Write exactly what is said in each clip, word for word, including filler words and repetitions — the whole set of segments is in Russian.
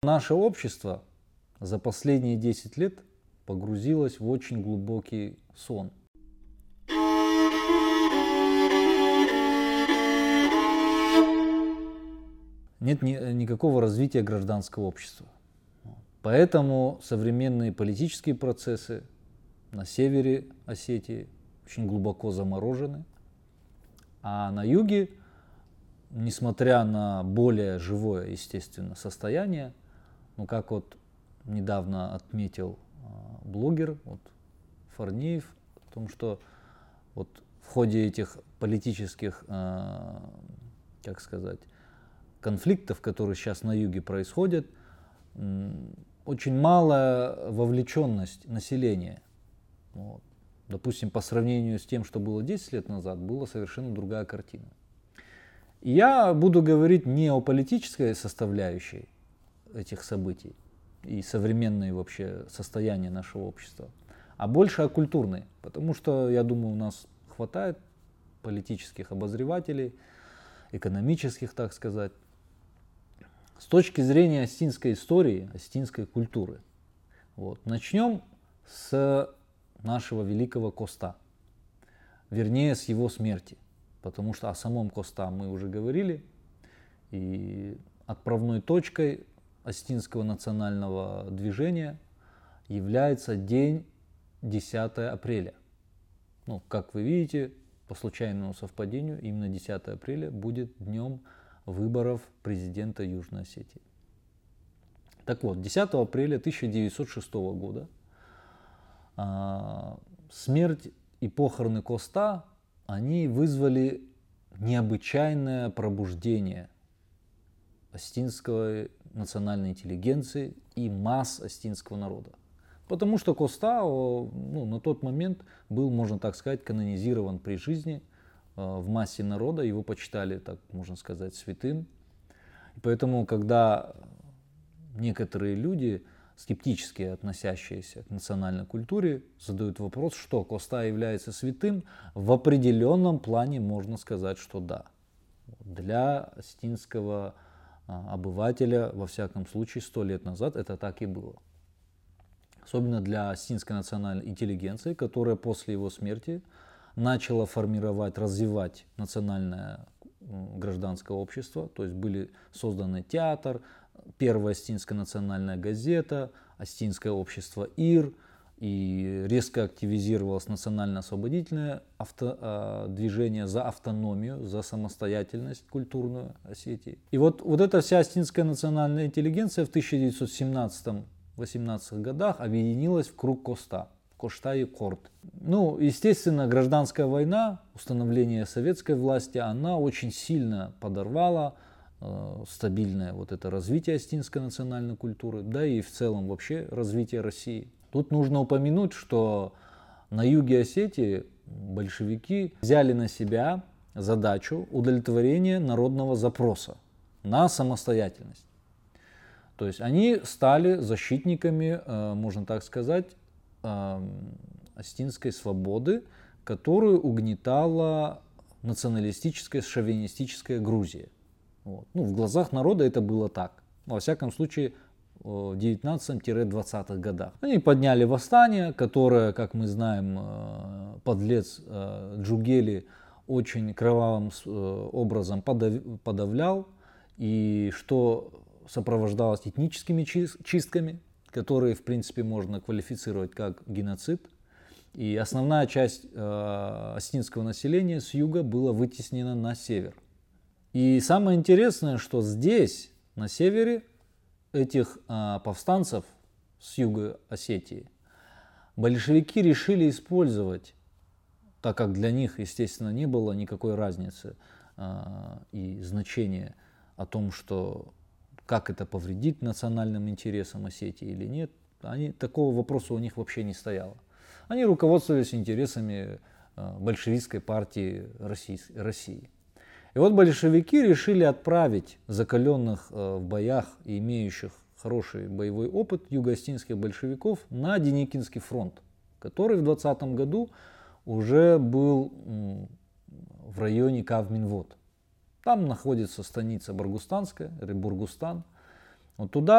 наше общество за последние десять лет погрузилось в очень глубокий сон. Нет ни, никакого развития гражданского общества. Поэтому современные политические процессы на севере Осетии очень глубоко заморожены, а на юге, несмотря на более живое, естественно, состояние, ну как вот недавно отметил э, блогер вот, Фарниев, о том, что вот в ходе этих политических, э, как сказать, конфликтов, которые сейчас на юге происходят, э, очень малая вовлеченность населения. Вот. Допустим, по сравнению с тем, что было десять лет назад, была совершенно другая картина. И я буду говорить не о политической составляющей этих событий и современной вообще состояния нашего общества, а больше о культурной. Потому что, я думаю, у нас хватает политических обозревателей, экономических, так сказать. С точки зрения осетинской истории, осетинской культуры. Вот. Начнем с нашего великого Коста, вернее с его смерти, потому что о самом Коста мы уже говорили, и отправной точкой осетинского национального движения является день десятое апреля. Ну, как вы видите, по случайному совпадению, именно десятое апреля будет днем выборов президента Южной Осетии. Так вот, десятого апреля тысяча девятьсот шестого года э, смерть и похороны Коста, они вызвали необычайное пробуждение осетинской национальной интеллигенции и масс осетинского народа. Потому что Коста ну, на тот момент был, можно так сказать, канонизирован при жизни э, в массе народа, его почитали, так можно сказать, святым. И поэтому, когда некоторые люди, скептически относящиеся к национальной культуре, задают вопрос, что Коста является святым, в определенном плане можно сказать, что да. Для осетинского обывателя, во всяком случае, сто лет назад это так и было. Особенно для осетинской национальной интеллигенции, которая после его смерти начала формировать, развивать национальное гражданское общество. То есть были созданы театр, первая осетинская национальная газета, осетинское общество ИР, и резко активизировалось национально-освободительное авто, движение за автономию, за самостоятельность культурную Осетии. И вот, вот эта вся осетинская национальная интеллигенция в тысяча девятьсот семнадцатом — восемнадцатом годах объединилась в круг Коста, Кошта и Корт. Ну, естественно, гражданская война, установление советской власти, она очень сильно подорвала э, стабильное вот это развитие осетинской национальной культуры, да и в целом вообще развитие России. Тут нужно упомянуть, что на юге Осетии большевики взяли на себя задачу удовлетворения народного запроса на самостоятельность. То есть они стали защитниками, можно так сказать, осетинской свободы, которую угнетала националистическая, шовинистическая Грузия. Вот. Ну, в глазах народа это было так. Во всяком случае, в девятнадцатом — двадцатых годах. Они подняли восстание, которое, как мы знаем, подлец Джугели очень кровавым образом подавлял, и что сопровождалось этническими чистками, которые, в принципе, можно квалифицировать как геноцид. И основная часть э, осетинского населения с юга была вытеснена на север. И самое интересное, что здесь, на севере, этих э, повстанцев с юга Осетии большевики решили использовать, так как для них, естественно, не было никакой разницы э, и значения о том, что как это повредит национальным интересам Осетии или нет, они, такого вопроса у них вообще не стояло. Они руководствовались интересами э, большевистской партии России. И вот большевики решили отправить закаленных э, в боях и имеющих хороший боевой опыт юго-осетинских большевиков на Деникинский фронт, который в двадцатом году уже был м, в районе Кавминвод. Там находится станица Баргустанская, или Бургустан. Вот туда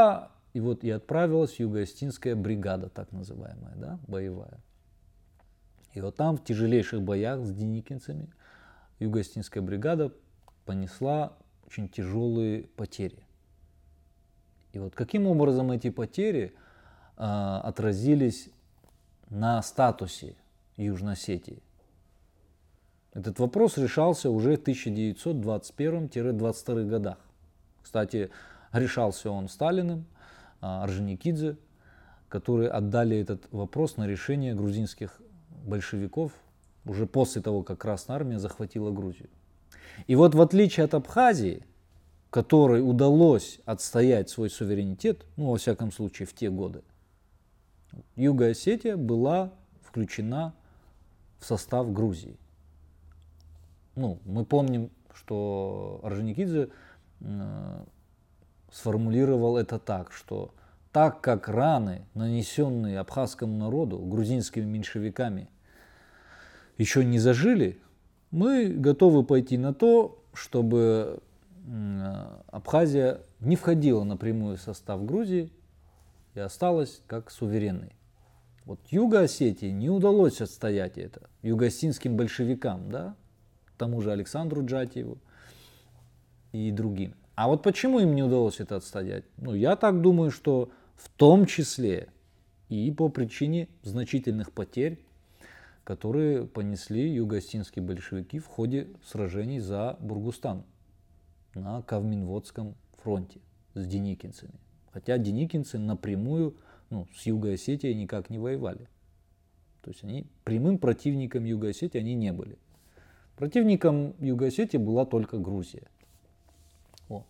И вот и отправилась Юго-Осетинская бригада, так называемая, да, боевая. И вот там в тяжелейших боях с деникинцами Юго-Осетинская бригада понесла очень тяжелые потери. И вот каким образом эти потери э, отразились на статусе Южной Осетии? Этот вопрос решался уже в тысяча девятьсот двадцать первом — двадцать втором годах. Кстати, решался он Сталиным, э, Орджоникидзе, которые отдали этот вопрос на решение грузинских большевиков уже после того, как Красная Армия захватила Грузию. И вот в отличие от Абхазии, которой удалось отстоять свой суверенитет, ну, во всяком случае, в те годы, Южная Осетия была включена в состав Грузии. Ну, мы помним, что Орджоникидзе э, сформулировал это так, что так как раны, нанесенные абхазскому народу грузинскими меньшевиками, еще не зажили, мы готовы пойти на то, чтобы Абхазия не входила напрямую в состав Грузии и осталась как суверенной. Вот Юго Осетии не удалось отстоять это юго-осетинским большевикам, да, тому же Александру Джатиеву и другим. А вот почему им не удалось это отстоять? Ну, я так думаю, что в том числе и по причине значительных потерь, которые понесли юго-осетинские большевики в ходе сражений за Бургустан на Кавминводском фронте с деникинцами. Хотя деникинцы напрямую, ну, с Югой Осетией никак не воевали. То есть они прямым противником Югой Осетии они не были. Противником Югой Осетии была только Грузия. Вот.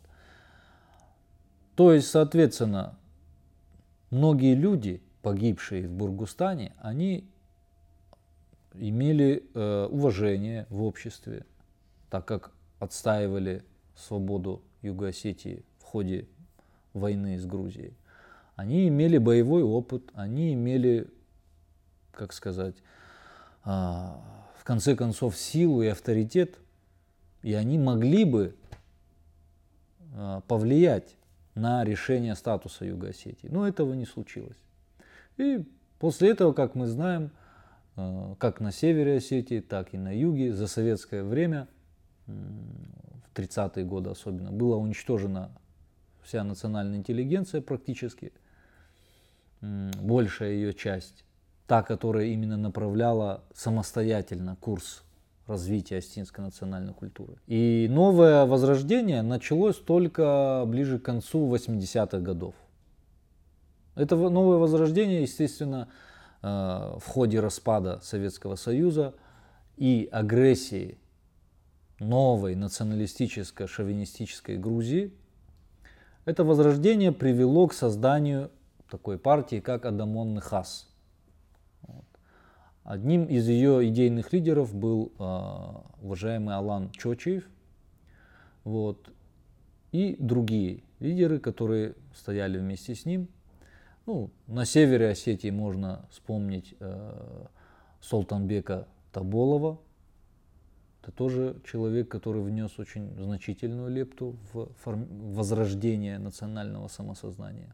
То есть, соответственно, многие люди, погибшие в Бургустане, они имели э, уважение в обществе, так как отстаивали свободу Югой Осетии в ходе войны с Грузией. Они имели боевой опыт, они имели, как сказать, э, в конце концов силу и авторитет, и они могли бы э, повлиять на решение статуса Югой Осетии. Но этого не случилось. И после этого, как мы знаем, как на севере Осетии, так и на юге, за советское время, в тридцатые годы особенно, была уничтожена вся национальная интеллигенция практически, большая ее часть, та, которая именно направляла самостоятельно курс развития осетинской национальной культуры. И новое возрождение началось только ближе к концу восьмидесятых годов. Это новое возрождение, естественно, в ходе распада Советского Союза и агрессии новой националистической, шовинистической Грузии, это возрождение привело к созданию такой партии, как Адамон Хас. Вот. Одним из ее идейных лидеров был э, уважаемый Алан Чочиев, вот, и другие лидеры, которые стояли вместе с ним. Ну, на севере Осетии можно вспомнить э, Солтанбека Тоболова. Это тоже человек, который внес очень значительную лепту в форм... возрождение национального самосознания.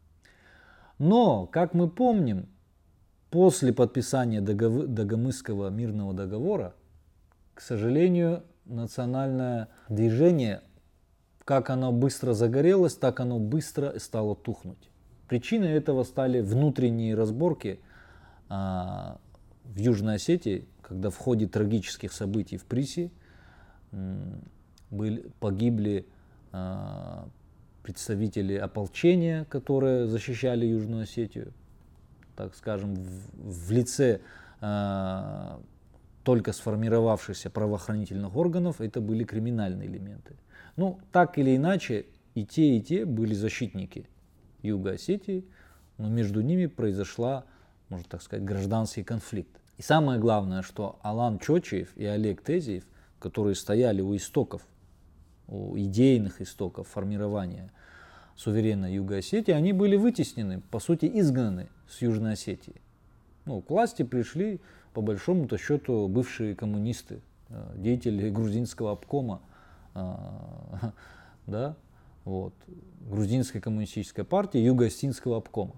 Но, как мы помним, после подписания Дагов... Дагомысского мирного договора, к сожалению, национальное движение, как оно быстро загорелось, так оно быстро стало тухнуть. Причиной этого стали внутренние разборки а, в Южной Осетии, когда в ходе трагических событий в Приси м, были, погибли а, представители ополчения, которые защищали Южную Осетию, так скажем, в, в лице а, только сформировавшихся правоохранительных органов, это были криминальные элементы. Ну, так или иначе, и те, и те были защитники Юга Осетии, но между ними произошла, можно так сказать, гражданский конфликт. И самое главное, что Алан Чочиев и Олег Тезиев, которые стояли у истоков, у идейных истоков формирования суверенной Юга Осетии, они были вытеснены, по сути, изгнаны с Южной Осетии. Ну, к власти пришли, по большому-то счету, бывшие коммунисты, деятели грузинского обкома, да, вот, Грузинской коммунистической партии, Юго-Осетинского обкома.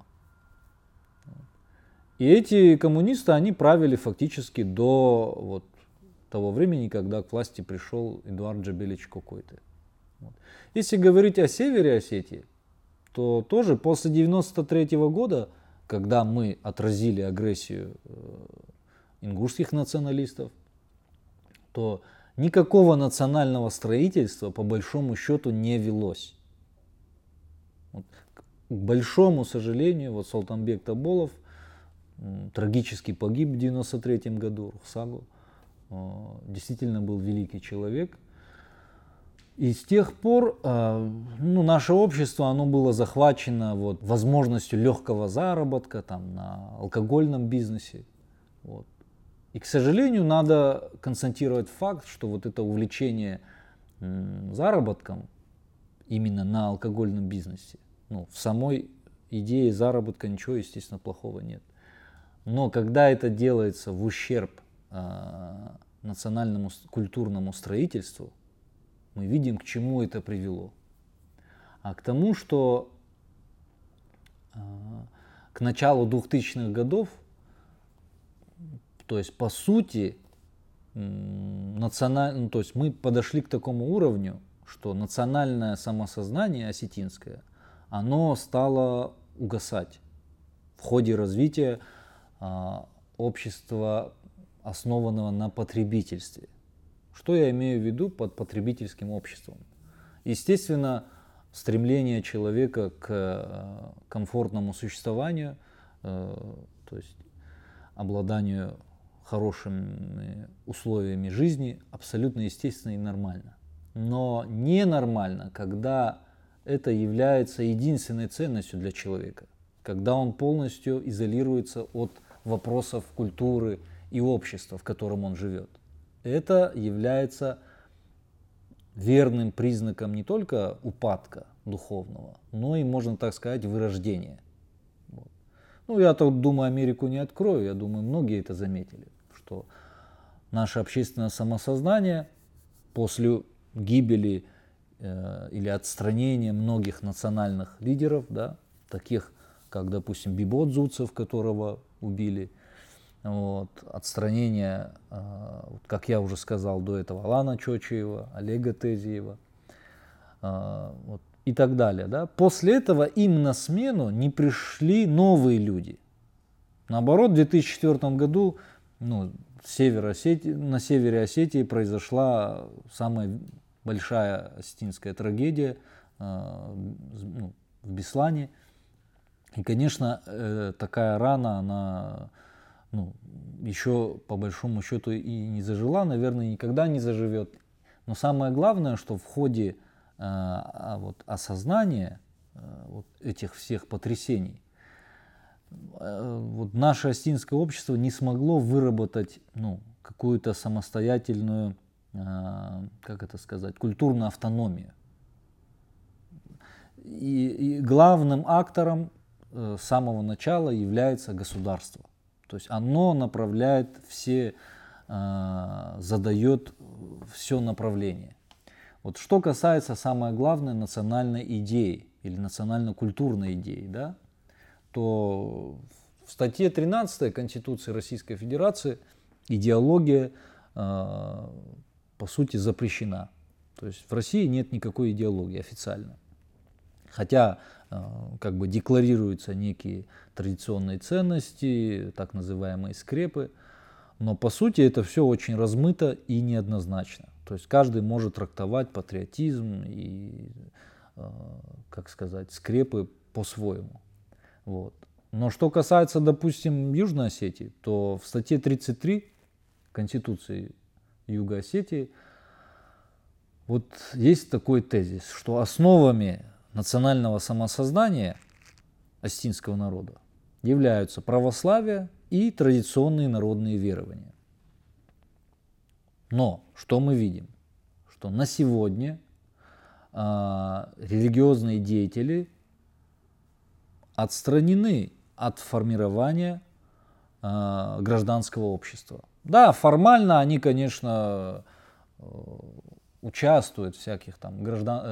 И эти коммунисты, они правили фактически до вот того времени, когда к власти пришел Эдуард Джабелич Кокойты. Вот. Если говорить о севере Осетии, то тоже после девяносто третьего года, когда мы отразили агрессию ингушских националистов, то никакого национального строительства по большому счету не велось. Вот. К большому сожалению, вот Солтанбек Таболов трагически погиб в девяносто третьем году, Рухсагу, действительно был великий человек. И с тех пор ну, наше общество оно было захвачено вот, возможностью легкого заработка там, на алкогольном бизнесе. Вот. И, к сожалению, надо констатировать факт, что вот это увлечение м, заработком именно на алкогольном бизнесе, ну, в самой идее заработка ничего, естественно, плохого нет. Но когда это делается в ущерб э, национальному культурному строительству, мы видим, к чему это привело. А к тому, что э, к началу двухтысячных годов, то есть по сути, националь... ну, то есть мы подошли к такому уровню, что национальное самосознание осетинское, оно стало угасать в ходе развития э, общества, основанного на потребительстве. Что я имею в виду под потребительским обществом? Естественно, стремление человека к комфортному существованию, то есть обладанию хорошими условиями жизни, абсолютно естественно и нормально. Но ненормально, когда это является единственной ценностью для человека, когда он полностью изолируется от вопросов культуры и общества, в котором он живет. Это является верным признаком не только упадка духовного, но и, можно так сказать, вырождения. Вот. Ну, я тут, думаю, Америку не открою, я думаю, многие это заметили, что наше общественное самосознание после гибели э, или отстранения многих национальных лидеров, да, таких как, допустим, Бибо Дзуцев, которого убили, вот, отстранение, э, как я уже сказал до этого, Алана Чочиева, Олега Тезиева э, вот, и так далее. Да. После этого им на смену не пришли новые люди. Наоборот, в две тысячи четвёртом году ну, север Осетии, на севере Осетии произошла самая большая осетинская трагедия э, ну, в Беслане. И, конечно, э, такая рана, она ну, еще по большому счету и не зажила, наверное, никогда не заживет. Но самое главное, что в ходе э, вот, осознания э, вот этих всех потрясений э, вот, наше осетинское общество не смогло выработать ну, какую-то самостоятельную, э, как это сказать, культурную автономию. И, и главным актором с самого начала является государство. То есть оно направляет все, э, задает все направление. Вот что касается самое главное национальной идеи или национально-культурной идеи, да, то в статье тринадцатой Конституции Российской Федерации идеология э, по сути запрещена. То есть в России нет никакой идеологии официально. Хотя как бы декларируются некие традиционные ценности, так называемые скрепы, но по сути это все очень размыто и неоднозначно. То есть каждый может трактовать патриотизм и, как сказать, скрепы по-своему. Вот. Но что касается, допустим, Южной Осетии, то в статье тридцать три Конституции Юга Осетии вот есть такой тезис, что основами национального самосознания осетинского народа являются православие и традиционные народные верования. Но что мы видим? Что на сегодня э, религиозные деятели отстранены от формирования э, гражданского общества. Да, формально они, конечно, э, участвуют в всяких там граждан,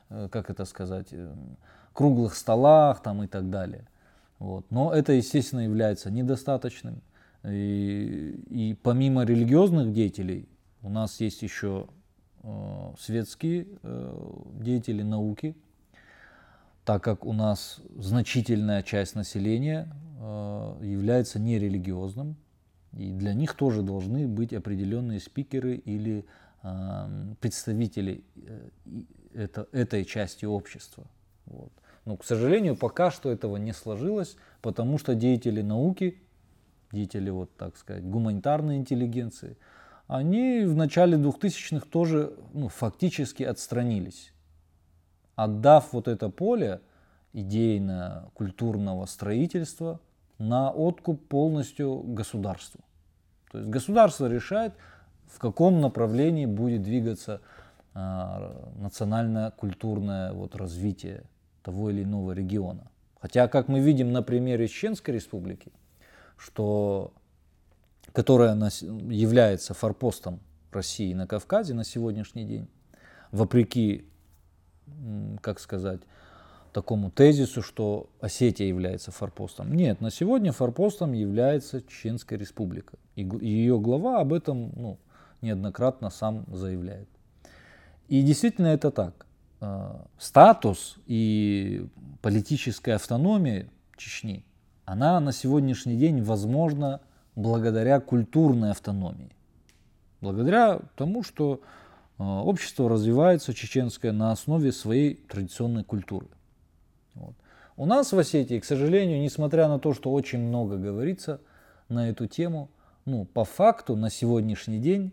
как это сказать, круглых столах там и так далее. Вот. Но это, естественно, является недостаточным. И, и помимо религиозных деятелей у нас есть еще э, светские э, деятели науки, так как у нас значительная часть населения э, является нерелигиозным, и для них тоже должны быть определенные спикеры или э, представители э, это, этой части общества. Вот. Но, к сожалению, пока что этого не сложилось, потому что деятели науки, деятели, вот так сказать, гуманитарной интеллигенции, они в начале двухтысячных тоже ну, фактически отстранились, отдав вот это поле идейно-культурного строительства на откуп полностью государству. То есть государство решает, в каком направлении будет двигаться а, национально-культурное вот, развитие того или иного региона. Хотя, как мы видим на примере Чеченской республики, что, которая является форпостом России на Кавказе на сегодняшний день, вопреки, как сказать, такому тезису, что Осетия является форпостом. Нет, на сегодня форпостом является Чеченская республика. И ее глава об этом ну, неоднократно сам заявляет. И действительно это так. Статус и политическая автономия Чечни, она на сегодняшний день возможна благодаря культурной автономии. Благодаря тому, что общество развивается чеченское на основе своей традиционной культуры. Вот. У нас в Осетии, к сожалению, несмотря на то, что очень много говорится на эту тему, ну, по факту на сегодняшний день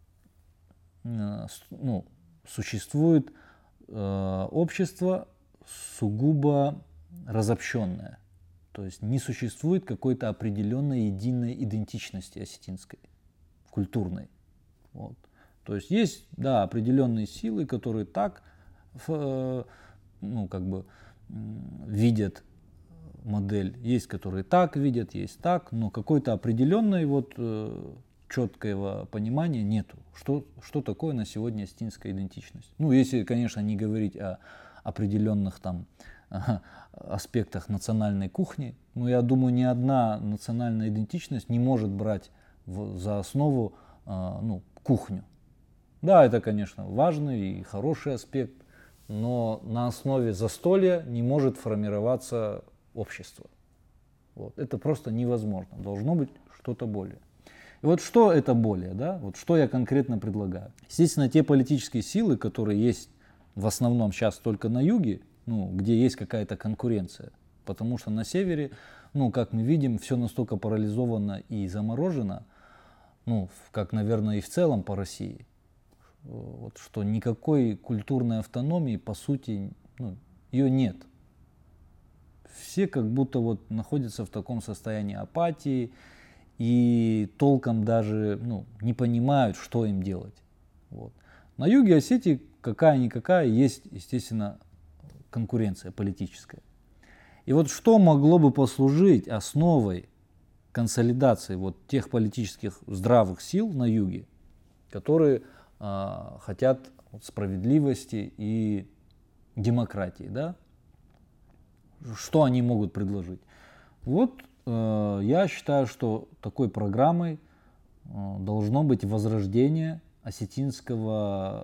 ну, существует э, общество сугубо разобщенное. То есть не существует какой-то определенной единой идентичности осетинской, культурной. Вот. То есть есть, да, определенные силы, которые так э, ну, как бы, видят модель, есть, которые так видят, есть так, но какой-то определенной вот, э, четкого понимания нету, что, что такое на сегодня осетинская идентичность. Ну, если, конечно, не говорить о определенных там аспектах национальной кухни, но я думаю, ни одна национальная идентичность не может брать в, за основу э, ну, кухню. Да, это, конечно, важный и хороший аспект, но на основе застолья не может формироваться общество. Вот. Это просто невозможно. Должно быть что-то более. И вот что это более, да? Вот что я конкретно предлагаю? Естественно, те политические силы, которые есть в основном сейчас только на юге, ну, где есть какая-то конкуренция, потому что на севере, ну, как мы видим, все настолько парализовано и заморожено, ну, как, наверное, и в целом по России, вот, что никакой культурной автономии, по сути, ну, ее нет. Все как будто вот находятся в таком состоянии апатии и толком даже ну, не понимают, что им делать. Вот. На юге Осетии какая-никакая есть, естественно, конкуренция политическая. И вот что могло бы послужить основой консолидации вот тех политических здравых сил на юге, которые э, хотят вот, справедливости и демократии, да? Что они могут предложить? Вот э, я считаю, что такой программой э, должно быть возрождение осетинского,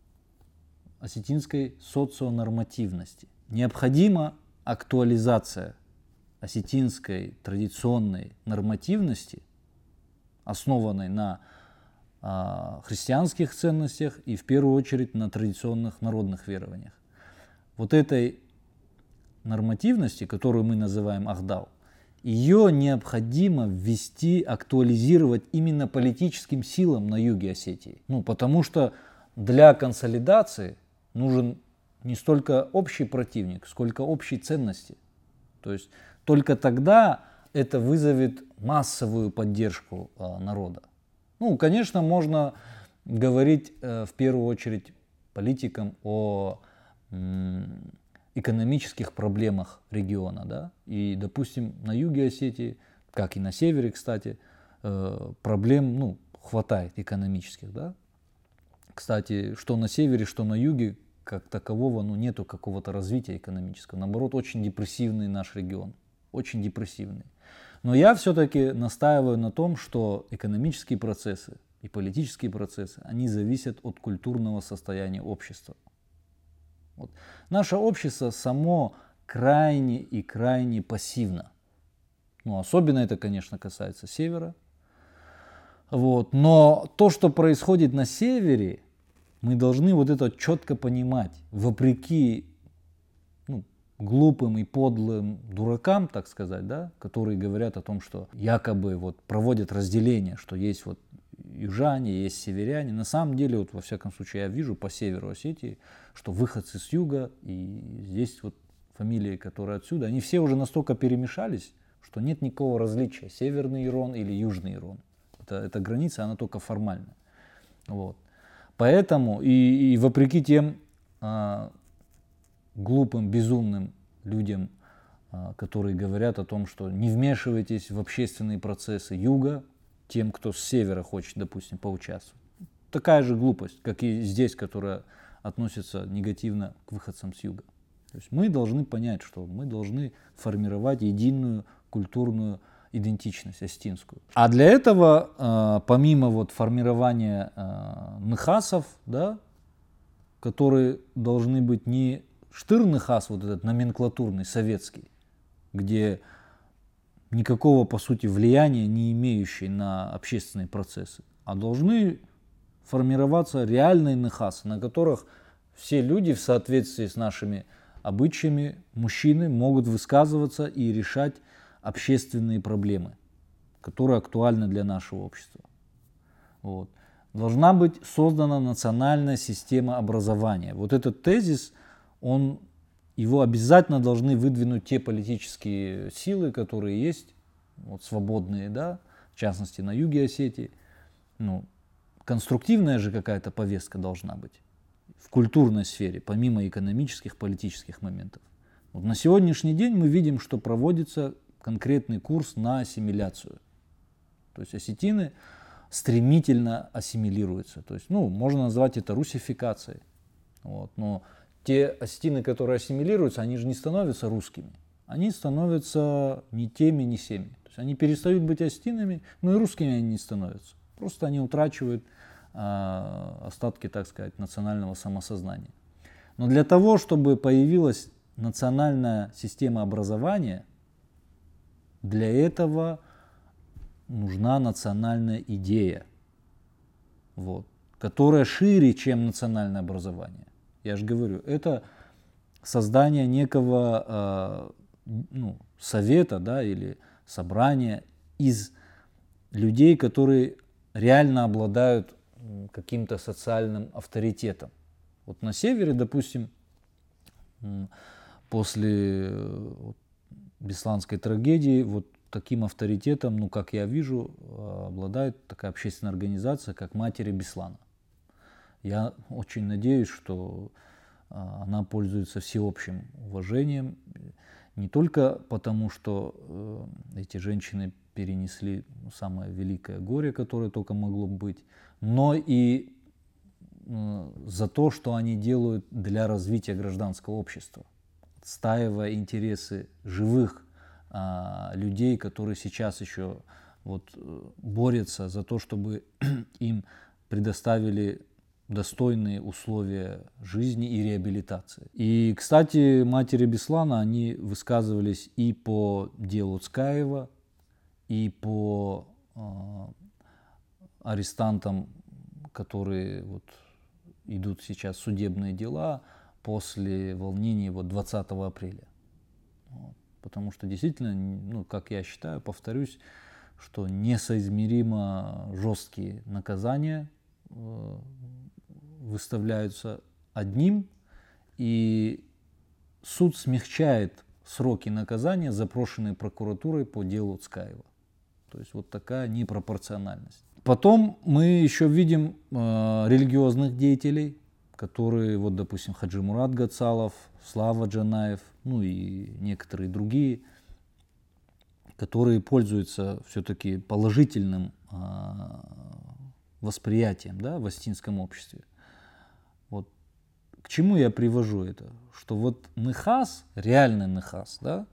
осетинской соционормативности. Необходима актуализация осетинской традиционной нормативности, основанной на э, христианских ценностях и в первую очередь на традиционных народных верованиях. Вот этой нормативности, которую мы называем Ахдау, ее необходимо ввести, актуализировать именно политическим силам на юге Осетии. Ну, потому что для консолидации нужен не столько общий противник, сколько общие ценности. То есть только тогда это вызовет массовую поддержку э, народа. Ну, конечно, можно говорить э, в первую очередь политикам о м, экономических проблемах региона. Да? И, допустим, на юге Осетии, как и на севере, кстати, э, проблем ну, хватает экономических. Да? Кстати, что на севере, что на юге, как такового, ну, нету какого-то развития экономического. Наоборот, очень депрессивный наш регион, очень депрессивный. Но я все-таки настаиваю на том, что экономические процессы и политические процессы, они зависят от культурного состояния общества. Вот. Наше общество само крайне и крайне пассивно. Ну, особенно это, конечно, касается севера. Вот. Но то, что происходит на севере, мы должны вот это четко понимать. Вопреки ну, глупым и подлым дуракам, так сказать, да, которые говорят о том, что якобы вот проводят разделение, что есть вот южане, есть северяне. На самом деле, вот во всяком случае, я вижу по северу Осетии, что выходцы с юга, и здесь вот фамилии, которые отсюда, они все уже настолько перемешались, что нет никакого различия, северный Ирон или южный Ирон. Это, эта граница, она только формальная. Вот. Поэтому и, и вопреки тем а, глупым, безумным людям, а, которые говорят о том, что не вмешивайтесь в общественные процессы юга, тем, кто с севера хочет, допустим, поучаствовать. Такая же глупость, как и здесь, которая относится негативно к выходцам с юга. То есть мы должны понять, что мы должны формировать единую культурную идентичность остинскую. А для этого, помимо вот формирования нхасов, да, которые должны быть не штыр-нхас, вот этот номенклатурный, советский, где никакого, по сути, влияния не имеющий на общественные процессы, а должны формироваться реальные нхасы, на которых все люди в соответствии с нашими обычаями, мужчины могут высказываться и решать общественные проблемы, которые актуальны для нашего общества. Вот. Должна быть создана национальная система образования. Вот этот тезис, он, его обязательно должны выдвинуть те политические силы, которые есть, вот, свободные, да, в частности на юге Осетии. Ну, конструктивная же какая-то повестка должна быть в культурной сфере, помимо экономических, политических моментов. Вот на сегодняшний день мы видим, что проводится конкретный курс на ассимиляцию. То есть осетины стремительно ассимилируются. То есть, ну, можно назвать это русификацией. Вот. Но те осетины, которые ассимилируются, они же не становятся русскими. Они становятся ни теми, ни семи. То есть они перестают быть осетинами, но и русскими они не становятся. Просто они утрачивают э, остатки, так сказать, национального самосознания. Но для того, чтобы появилась национальная система образования, для этого нужна национальная идея, вот, которая шире, чем национальное образование. Я же говорю, это создание некого э, ну, совета, да, или собрания из людей, которые реально обладают каким-то социальным авторитетом. Вот на севере, допустим, после Бесланской трагедии, вот таким авторитетом, ну, как я вижу, обладает такая общественная организация, как Матери Беслана. Я очень надеюсь, что она пользуется всеобщим уважением, не только потому, что эти женщины перенесли самое великое горе, которое только могло быть, но и за то, что они делают для развития гражданского общества, отстаивая интересы живых а, людей, которые сейчас еще вот, борются за то, чтобы им предоставили достойные условия жизни и реабилитации. И, кстати, матери Беслана, они высказывались и по делу Цкаева, и по э, арестантам, которые вот, идут сейчас судебные дела после волнений вот, двадцатого апреля. Вот. Потому что действительно, ну, как я считаю, повторюсь, что несоизмеримо жесткие наказания э, выставляются одним, и суд смягчает сроки наказания, запрошенные прокуратурой по делу Цкаева. То есть вот такая непропорциональность. Потом мы еще видим э, религиозных деятелей, которые, вот, допустим, Хаджи Мурат Гацалов, Слава Джанаев, ну и некоторые другие, которые пользуются все-таки положительным э, восприятием, да, в остинском обществе. Вот. к чему я привожу это? Что вот НХАС, реальный НХАС, да,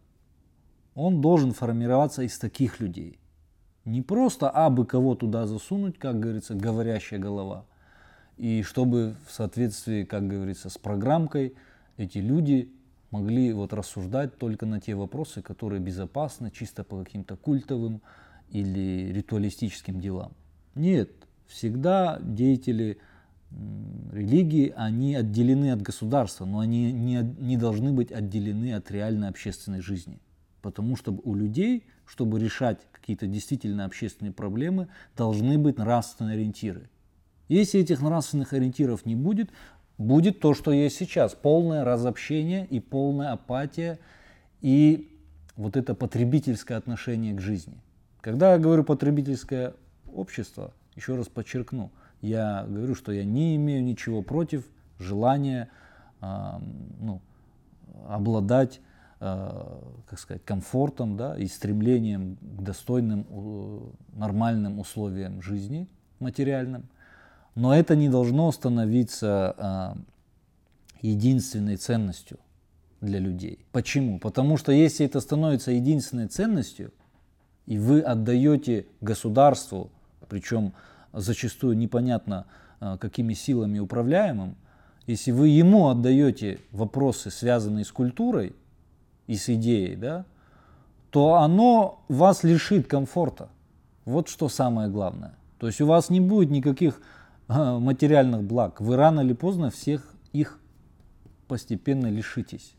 он должен формироваться из таких людей. Не просто абы кого туда засунуть, как говорится, говорящая голова. И чтобы в соответствии, как говорится, с программкой эти люди могли вот рассуждать только на те вопросы, которые безопасны, чисто по каким-то культовым или ритуалистическим делам. Нет, всегда деятели религии, они отделены от государства, но они не, не должны быть отделены от реальной общественной жизни. Потому что у людей, чтобы решать какие-то действительно общественные проблемы, должны быть нравственные ориентиры. Если этих нравственных ориентиров не будет, будет то, что есть сейчас. Полное разобщение и полная апатия и вот это потребительское отношение к жизни. Когда я говорю потребительское общество, еще раз подчеркну, я говорю, что я не имею ничего против желания э, ну, обладать э, как сказать, комфортом, да, и стремлением к достойным, э, нормальным условиям жизни материальным. Но это не должно становиться э, единственной ценностью для людей. Почему? Потому что если это становится единственной ценностью, и вы отдаете государству, причем зачастую непонятно какими силами управляемым, если вы ему отдаете вопросы, связанные с культурой и с идеей, да, то оно вас лишит комфорта. Вот что самое главное. То есть у вас не будет никаких материальных благ. Вы рано или поздно всех их постепенно лишитесь.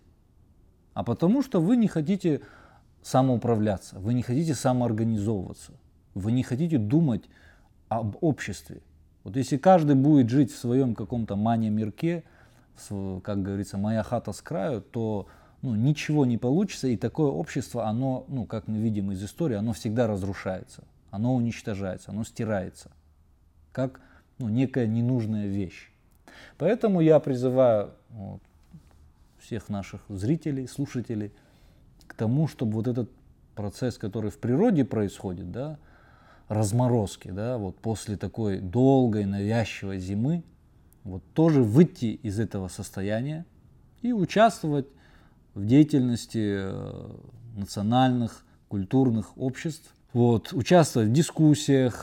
А потому что вы не хотите самоуправляться, вы не хотите самоорганизовываться, вы не хотите думать об обществе. Вот если каждый будет жить в своем каком-то мане-мирке, как говорится, моя хата с краю, то ну, ничего не получится, и такое общество, оно, ну, как мы видим из истории, оно всегда разрушается, оно уничтожается, оно стирается, как ну, некая ненужная вещь. Поэтому я призываю вот, всех наших зрителей, слушателей к тому, чтобы вот этот процесс, который в природе происходит, да, разморозки, да, вот после такой долгой навязчивой зимы, вот тоже выйти из этого состояния и участвовать в деятельности национальных, культурных обществ, вот, участвовать в дискуссиях,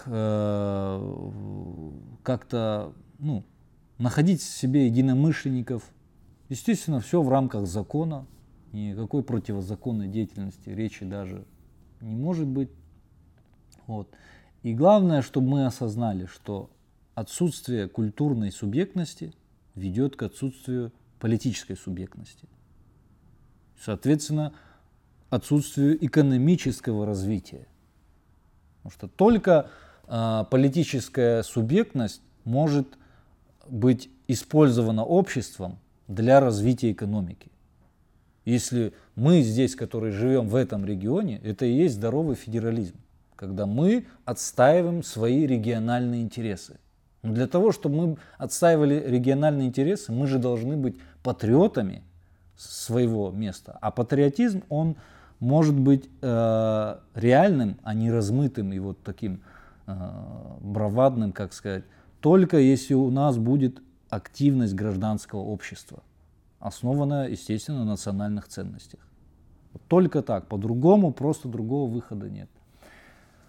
э, как-то ну, находить в себе единомышленников. Естественно, все в рамках закона, никакой противозаконной деятельности речи даже не может быть. Вот. И главное, чтобы мы осознали, что отсутствие культурной субъектности ведет к отсутствию политической субъектности. Соответственно, отсутствию экономического развития. Потому что только э, политическая субъектность может быть использована обществом для развития экономики. Если мы здесь, которые живем в этом регионе, это и есть здоровый федерализм. Когда мы отстаиваем свои региональные интересы. Но для того, чтобы мы отстаивали региональные интересы, мы же должны быть патриотами своего места. А патриотизм, он может быть э, реальным, а не размытым и вот таким э, бравадным, как сказать, только если у нас будет активность гражданского общества, основанная, естественно, на национальных ценностях. Только так, по-другому просто другого выхода нет.